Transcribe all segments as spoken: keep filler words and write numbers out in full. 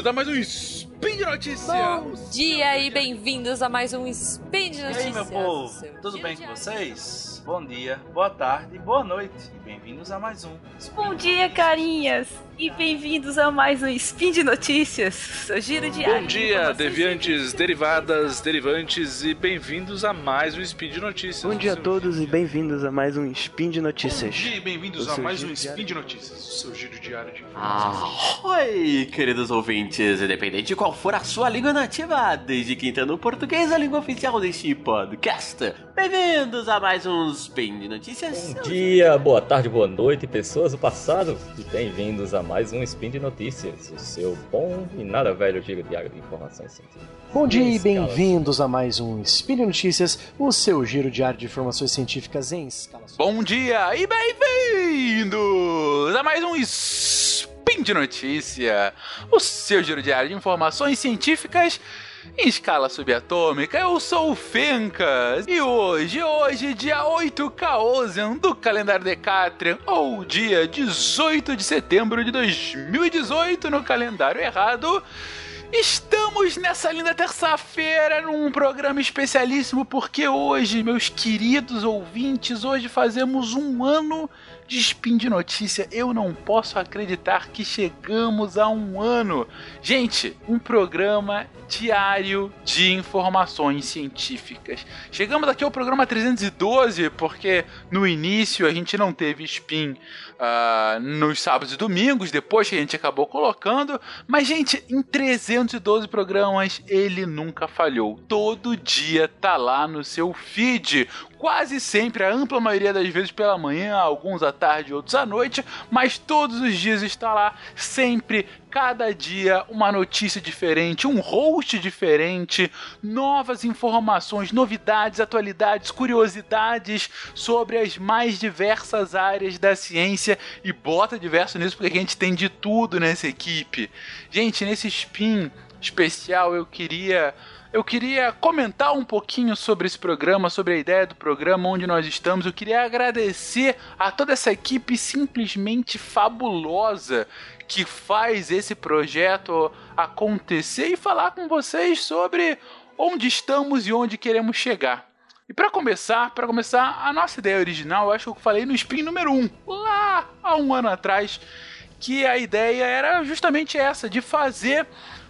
a mais um Spin de Notícias. Bom dia e bem-vindos a mais um Spin de Notícias. E aí, meu povo, tudo bem com vocês? Bom dia, boa tarde, boa noite e bem-vindos a mais um Spin Bom dia, carinhas, e bem-vindos a mais um Spin de Notícias, seu giro diário. Bom dia, deviantes, derivadas, derivantes e bem-vindos a mais um Spin de Notícias. Bom dia a todos e bem-vindos a mais um Spin de Notícias. Bom dia e bem-vindos O a seu mais giro um Spin diário. de Notícias, o seu giro diário de informações. Ah, oi, queridos ouvintes, independente de qual for a sua língua nativa, desde que entenda o português, a língua oficial deste podcast. Bem-vindos a mais um Spin de Notícias. Bom dia, boa tarde, boa noite, pessoas do passado. E bem-vindos a mais um Spin de Notícias, o seu bom e nada velho giro diário de informações científicas. Bom dia e Escala. bem-vindos a mais um Spin de Notícias, o seu giro diário de informações científicas em escala. Bom dia e bem-vindos a mais um Spin de Notícia, o seu giro diário de informações científicas em escala subatômica. Eu sou o Fencas e hoje, hoje, dia oito Caosian do calendário Decatrian, ou dia dezoito de setembro de dois mil e dezoito no calendário errado, estamos nessa linda terça-feira num programa especialíssimo porque hoje, meus queridos ouvintes, hoje fazemos um ano de Spin de Notícia. Eu não posso acreditar que chegamos a um ano. Gente, um programa diário de informações científicas. Chegamos aqui ao programa trezentos e doze porque no início a gente não teve Spin uh, nos sábados e domingos, depois que a gente acabou colocando. Mas, gente, em trezentos e doze programas ele nunca falhou. Todo dia tá lá no seu feed. Quase sempre, a ampla maioria das vezes pela manhã, alguns à tarde, outros à noite, mas todos os dias está lá, sempre, cada dia, uma notícia diferente, um host diferente, novas informações, novidades, atualidades, curiosidades sobre as mais diversas áreas da ciência, e bota diverso nisso porque a gente tem de tudo nessa equipe. Gente, nesse Spin especial eu queria... Eu queria comentar um pouquinho sobre esse programa, sobre a ideia do programa, onde nós estamos. Eu queria agradecer a toda essa equipe simplesmente fabulosa que faz esse projeto acontecer e falar com vocês sobre onde estamos e onde queremos chegar. E para começar, para começar, a nossa ideia original, eu acho que eu falei no Spin número um, lá há um ano atrás, que a ideia era justamente essa, de fazer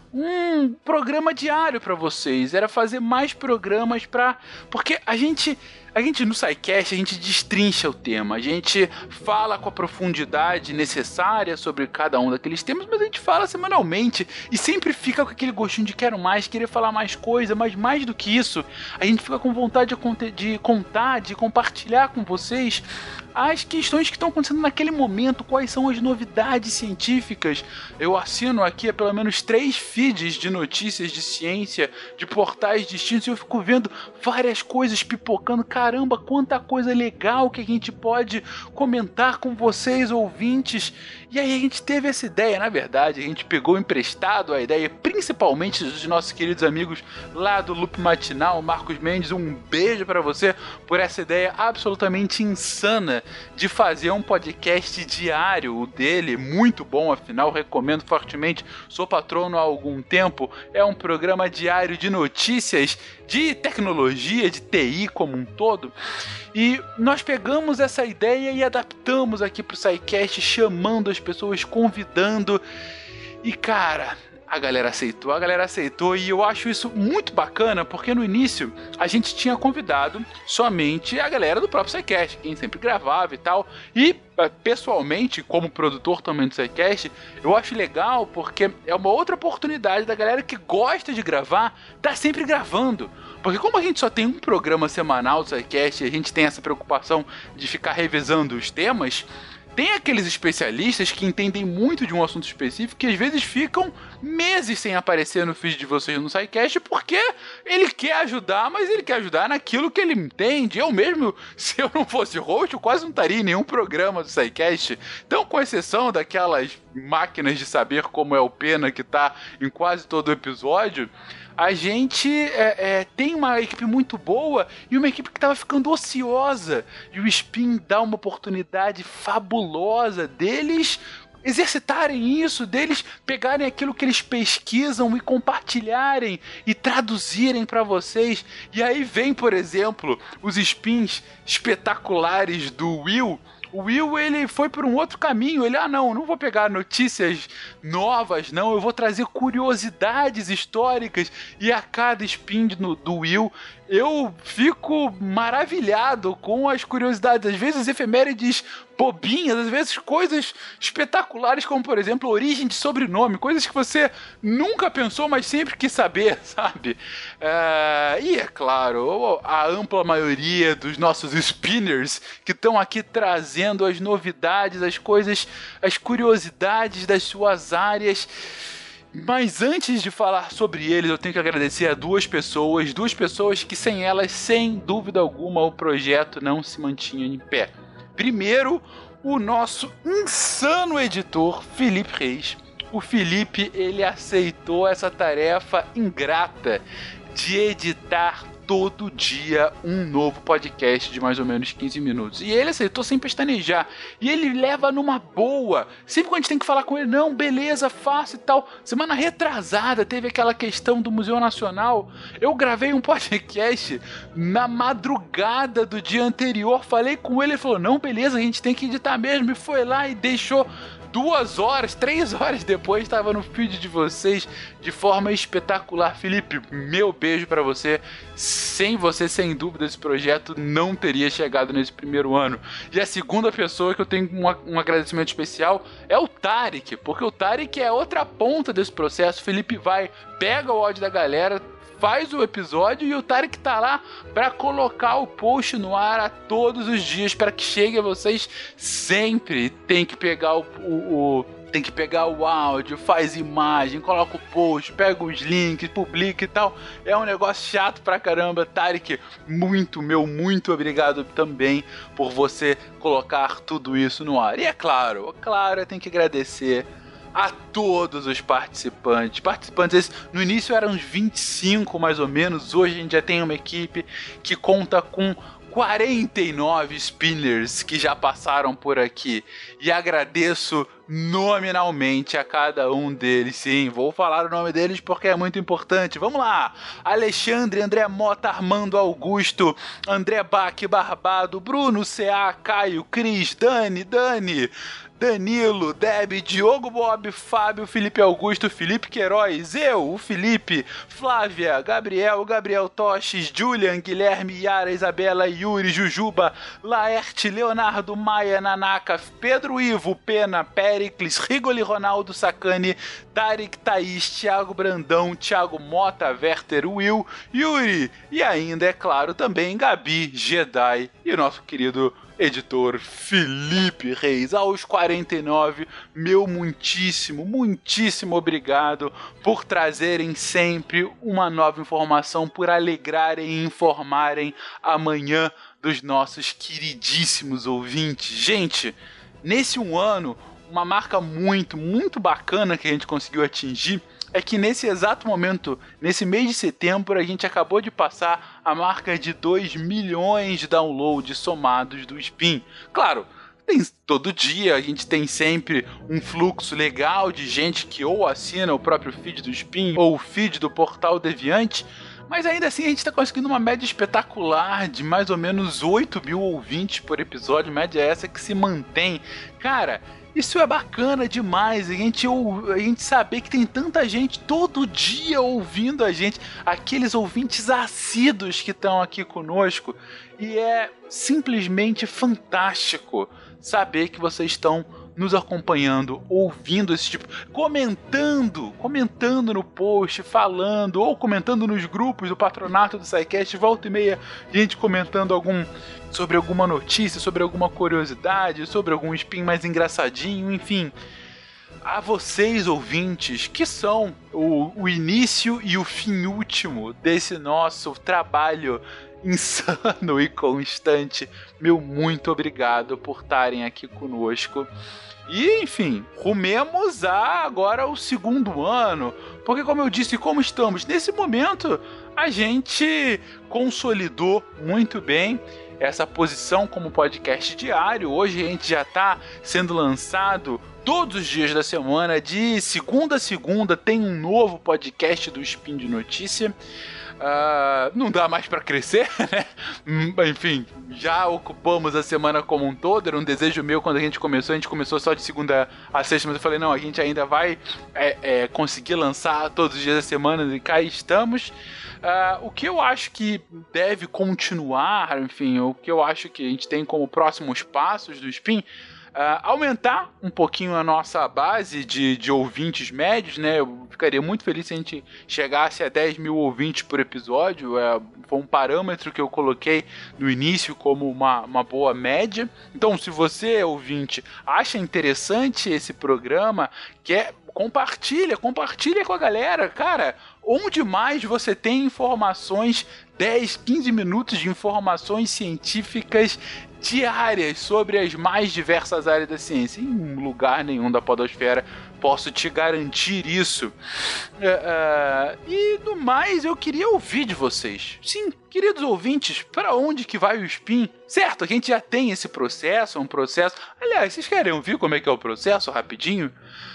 um programa diário para vocês, era fazer mais programas para, porque a gente, a gente no SciCast, a gente destrincha o tema, a gente fala com a profundidade necessária sobre cada um daqueles temas, mas a gente fala semanalmente e sempre fica com aquele gostinho de quero mais, querer falar mais coisa, mas mais do que isso, a gente fica com vontade de, de contar, de compartilhar com vocês as questões que estão acontecendo naquele momento, quais são as novidades científicas. Eu assino aqui pelo menos três feeds de notícias de ciência, de portais distintos, e eu fico vendo várias coisas pipocando. Caramba, quanta coisa legal que a gente pode comentar com vocês, ouvintes. E aí a gente teve essa ideia, na verdade, a gente pegou emprestado a ideia, principalmente dos nossos queridos amigos lá do Loop Matinal, Marcos Mendes, um beijo pra você por essa ideia absolutamente insana de fazer um podcast diário. O dele, muito bom, afinal, recomendo fortemente, sou patrono há algum tempo, é um programa diário de notícias de tecnologia, de T I como um todo, e nós pegamos essa ideia e adaptamos aqui pro SciCast, chamando as pessoas, convidando, e cara, a galera aceitou, a galera aceitou, e eu acho isso muito bacana, porque no início a gente tinha convidado somente a galera do próprio SciCast, quem sempre gravava e tal, e pessoalmente, como produtor também do SciCast, eu acho legal porque é uma outra oportunidade da galera que gosta de gravar, tá sempre gravando. Porque como a gente só tem um programa semanal do SciCast e a gente tem essa preocupação de ficar revisando os temas, tem aqueles especialistas que entendem muito de um assunto específico que às vezes ficam meses sem aparecer no feed de vocês no SciCast porque ele quer ajudar, mas ele quer ajudar naquilo que ele entende. Eu mesmo, se eu não fosse host, eu quase não estaria em nenhum programa do SciCast. Então, com exceção daquelas máquinas de saber como é o Pena que tá em quase todo o episódio, a gente é, é, tem uma equipe muito boa e uma equipe que estava ficando ociosa. E o Spin dá uma oportunidade fabulosa deles exercitarem isso, deles pegarem aquilo que eles pesquisam e compartilharem e traduzirem para vocês. E aí vem, por exemplo, os spins espetaculares do Will. O Will, ele foi por um outro caminho. Ele, ah, não, não vou pegar notícias novas, não. Eu vou trazer curiosidades históricas. E a cada spin do, do Will, eu fico maravilhado com as curiosidades. Às vezes, efemérides bobinhas, às vezes coisas espetaculares, como, por exemplo, a origem de sobrenome. Coisas que você nunca pensou, mas sempre quis saber, sabe? É, e, é claro, a ampla maioria dos nossos spinners que estão aqui trazendo as novidades, as coisas, as curiosidades das suas áreas. Mas antes de falar sobre eles, eu tenho que agradecer a duas pessoas, duas pessoas que sem elas, sem dúvida alguma, o projeto não se mantinha em pé. Primeiro, o nosso insano editor, Felipe Reis. O Felipe, ele aceitou essa tarefa ingrata de editar todo dia um novo podcast de mais ou menos quinze minutos. E ele aceitou sem pestanejar. E ele leva numa boa. Sempre quando a gente tem que falar com ele, não, beleza, faço e tal. Semana retrasada teve aquela questão do Museu Nacional. Eu gravei um podcast na madrugada do dia anterior. Falei com ele, ele falou, não, beleza, a gente tem que editar mesmo. E foi lá e deixou... Duas horas, três horas depois, estava no feed de vocês de forma espetacular. Felipe, meu beijo pra você. Sem você, sem dúvida, esse projeto não teria chegado nesse primeiro ano. E a segunda pessoa que eu tenho um, um agradecimento especial é o Tarek, porque o Tarek é outra ponta desse processo. O Felipe vai, pega o áudio da galera, faz o episódio e o Tarek tá lá para colocar o post no ar a todos os dias para que chegue a vocês sempre. Tem que pegar o, o, o tem que pegar o áudio, faz imagem, coloca o post, pega os links, publica e tal. É um negócio chato pra caramba. Tarek, muito, meu, muito obrigado também por você colocar tudo isso no ar. E é claro, é claro, eu tenho que agradecer a todos os participantes. Participantes, esses, no início eram uns vinte e cinco mais ou menos, hoje a gente já tem uma equipe que conta com quarenta e nove spinners que já passaram por aqui. E agradeço nominalmente a cada um deles. Sim, vou falar o nome deles porque é muito importante. Vamos lá! Alexandre, André Mota, Armando Augusto, André Bach, Barbado, Bruno C A, Caio, Cris, Dani, Dani, Danilo, Deb, Diogo Bob, Fábio, Felipe Augusto, Felipe Queiroz, eu, o Felipe, Flávia, Gabriel, Gabriel Toches, Julian, Guilherme, Yara, Isabela, Yuri, Jujuba, Laerte, Leonardo, Maia, Nanaka, Pedro Ivo, Pena, Pericles, Rigoli, Ronaldo, Sacani, Tarek, Thaís, Thiago Brandão, Thiago Mota, Werther, Will, Yuri e ainda, é claro, também Gabi, Jedi e o nosso querido editor Felipe Reis. Aos quarenta e nove, meu muitíssimo, muitíssimo obrigado por trazerem sempre uma nova informação, por alegrarem e informarem a manhã dos nossos queridíssimos ouvintes. Gente, nesse um ano, uma marca muito, muito bacana que a gente conseguiu atingir é que nesse exato momento, nesse mês de setembro, a gente acabou de passar a marca de dois milhões de downloads somados do Spin. Claro, tem, todo dia a gente tem sempre um fluxo legal de gente que ou assina o próprio feed do Spin ou o feed do Portal Deviante, mas ainda assim a gente está conseguindo uma média espetacular de mais ou menos oito mil ouvintes por episódio, média essa que se mantém. Cara, isso é bacana demais, a gente, a gente saber que tem tanta gente todo dia ouvindo a gente, aqueles ouvintes assíduos que estão aqui conosco, e é simplesmente fantástico saber que vocês estão nos acompanhando, ouvindo esse tipo, comentando, comentando no post, falando, ou comentando nos grupos do patronato do SciCast, volta e meia, gente comentando algum, sobre alguma notícia, sobre alguma curiosidade, sobre algum spin mais engraçadinho, enfim. A vocês, ouvintes, que são o, o início e o fim último desse nosso trabalho insano e constante, meu muito obrigado por estarem aqui conosco. E, enfim, rumemos a agora o segundo ano, porque, como eu disse, como estamos nesse momento, a gente consolidou muito bem essa posição como podcast diário. Hoje a gente já está sendo lançado todos os dias da semana, de segunda a segunda, tem um novo podcast do Spin de Notícia. Uh, não dá mais pra crescer, né? Enfim, já ocupamos a semana como um todo. Era um desejo meu quando a gente começou. A gente começou só de segunda a sexta, mas eu falei, não, a gente ainda vai é, é, conseguir lançar todos os dias da semana, e cá estamos. Uh, o que eu acho que deve continuar, enfim, o que eu acho que a gente tem como próximos passos do Spin, Uh, aumentar um pouquinho a nossa base de, de ouvintes médios, né? Eu ficaria muito feliz se a gente chegasse a dez mil ouvintes por episódio. É, foi um parâmetro que eu coloquei no início como uma, uma boa média. Então, se você, ouvinte, acha interessante esse programa, quer, compartilha, compartilha com a galera. Cara, onde mais você tem informações, dez, quinze minutos de informações científicas diárias sobre as mais diversas áreas da ciência? Em lugar nenhum da podosfera, posso te garantir isso. Uh, uh, e no mais, eu queria ouvir de vocês. Sim, queridos ouvintes, para onde que vai o Spin? Certo, a gente já tem esse processo, um processo... Aliás, vocês querem ouvir como é que é o processo, rapidinho?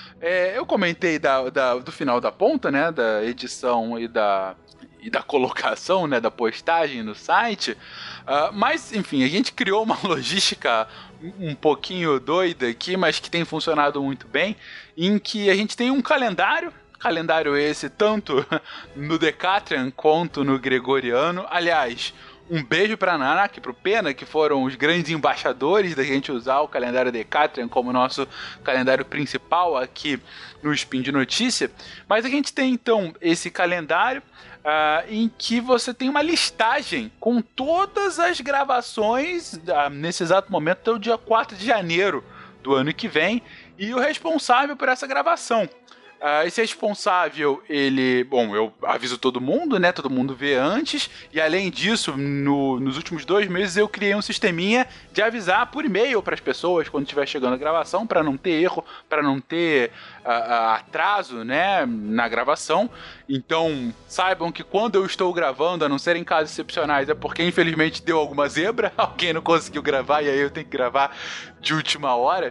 É, eu comentei da, da, do final da ponta, né, da edição e da... e da colocação, né, da postagem no site, uh, mas, enfim, a gente criou uma logística um pouquinho doida aqui, mas que tem funcionado muito bem, em que a gente tem um calendário, calendário esse tanto no Decatrian quanto no Gregoriano. Aliás, um beijo para a Nanak e para o Pena, que foram os grandes embaixadores da gente usar o calendário Decatrian como nosso calendário principal aqui no Spin de Notícia. Mas a gente tem, então, esse calendário Uh, em que você tem uma listagem com todas as gravações uh, nesse exato momento até o dia quatro de janeiro do ano que vem, e o responsável por essa gravação. Uh, esse responsável, ele... Bom, eu aviso todo mundo, né? Todo mundo vê antes. E além disso, no, nos últimos dois meses eu criei um sisteminha de avisar por e-mail para as pessoas quando estiver chegando a gravação, para não ter erro, para não ter uh, uh, atraso, né? Na gravação. Então, saibam que quando eu estou gravando, a não ser em casos excepcionais, é porque infelizmente deu alguma zebra, alguém não conseguiu gravar e aí eu tenho que gravar de última hora.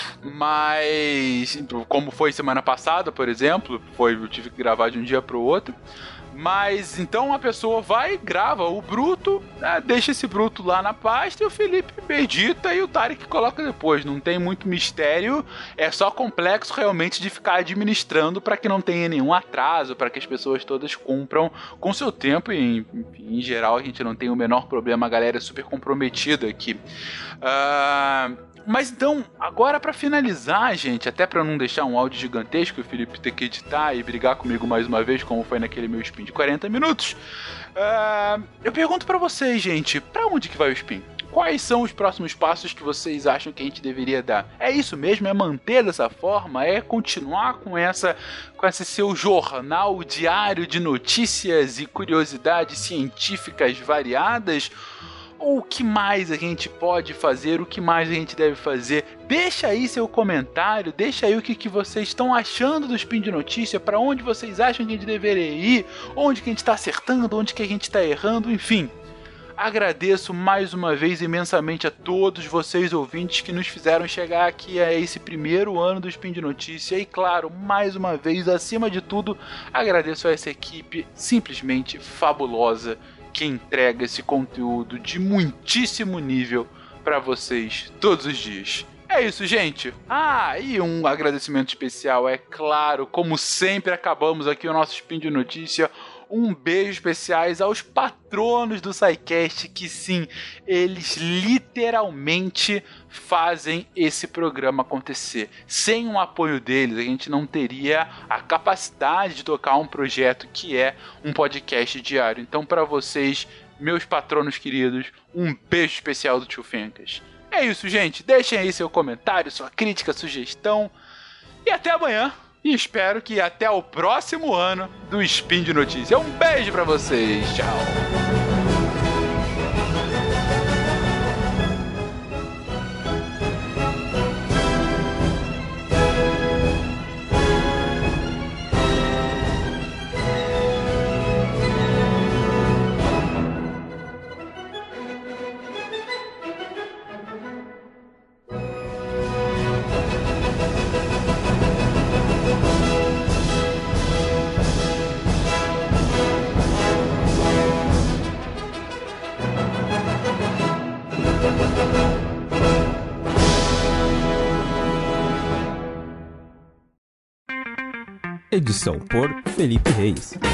Mas, como foi semana passada, por exemplo, foi, eu tive que gravar de um dia para o outro. Mas então a pessoa vai, grava o bruto, né, deixa esse bruto lá na pasta e o Felipe edita e o Tarek coloca depois. Não tem muito mistério, é só complexo realmente de ficar administrando para que não tenha nenhum atraso, para que as pessoas todas cumpram com seu tempo. E em, em geral a gente não tem o menor problema, a galera é super comprometida aqui. Uh... Mas então, agora pra finalizar, gente, até pra não deixar um áudio gigantesco e o Felipe ter que editar e brigar comigo mais uma vez, como foi naquele meu Spin de quarenta minutos, uh, eu pergunto pra vocês, gente, pra onde que vai o Spin? Quais são os próximos passos que vocês acham que a gente deveria dar? É isso mesmo? É manter dessa forma? É continuar com essa, com esse seu jornal diário de notícias e curiosidades científicas variadas? O que mais a gente pode fazer? O que mais a gente deve fazer? Deixa aí seu comentário, deixa aí o que, que vocês estão achando do Spin de Notícia, para onde vocês acham que a gente deveria ir, onde que a gente está acertando, onde que a gente está errando, enfim. Agradeço mais uma vez imensamente a todos vocês ouvintes que nos fizeram chegar aqui a esse primeiro ano do Spin de Notícia e, claro, mais uma vez, acima de tudo, agradeço a essa equipe simplesmente fabulosa que entrega esse conteúdo de muitíssimo nível para vocês todos os dias. É isso, gente. Ah, e um agradecimento especial, é claro, como sempre acabamos aqui o nosso Spin de Notícia. Um beijo especiais aos patronos do SciCast, que sim, eles literalmente fazem esse programa acontecer. Sem o apoio deles, a gente não teria a capacidade de tocar um projeto que é um podcast diário. Então, para vocês, meus patronos queridos, um beijo especial do Tio Fencas. É isso, gente. Deixem aí seu comentário, sua crítica, sugestão. E até amanhã. E espero que até o próximo ano do Spin de Notícia. Um beijo pra vocês. Tchau. Edição por Felipe Reis.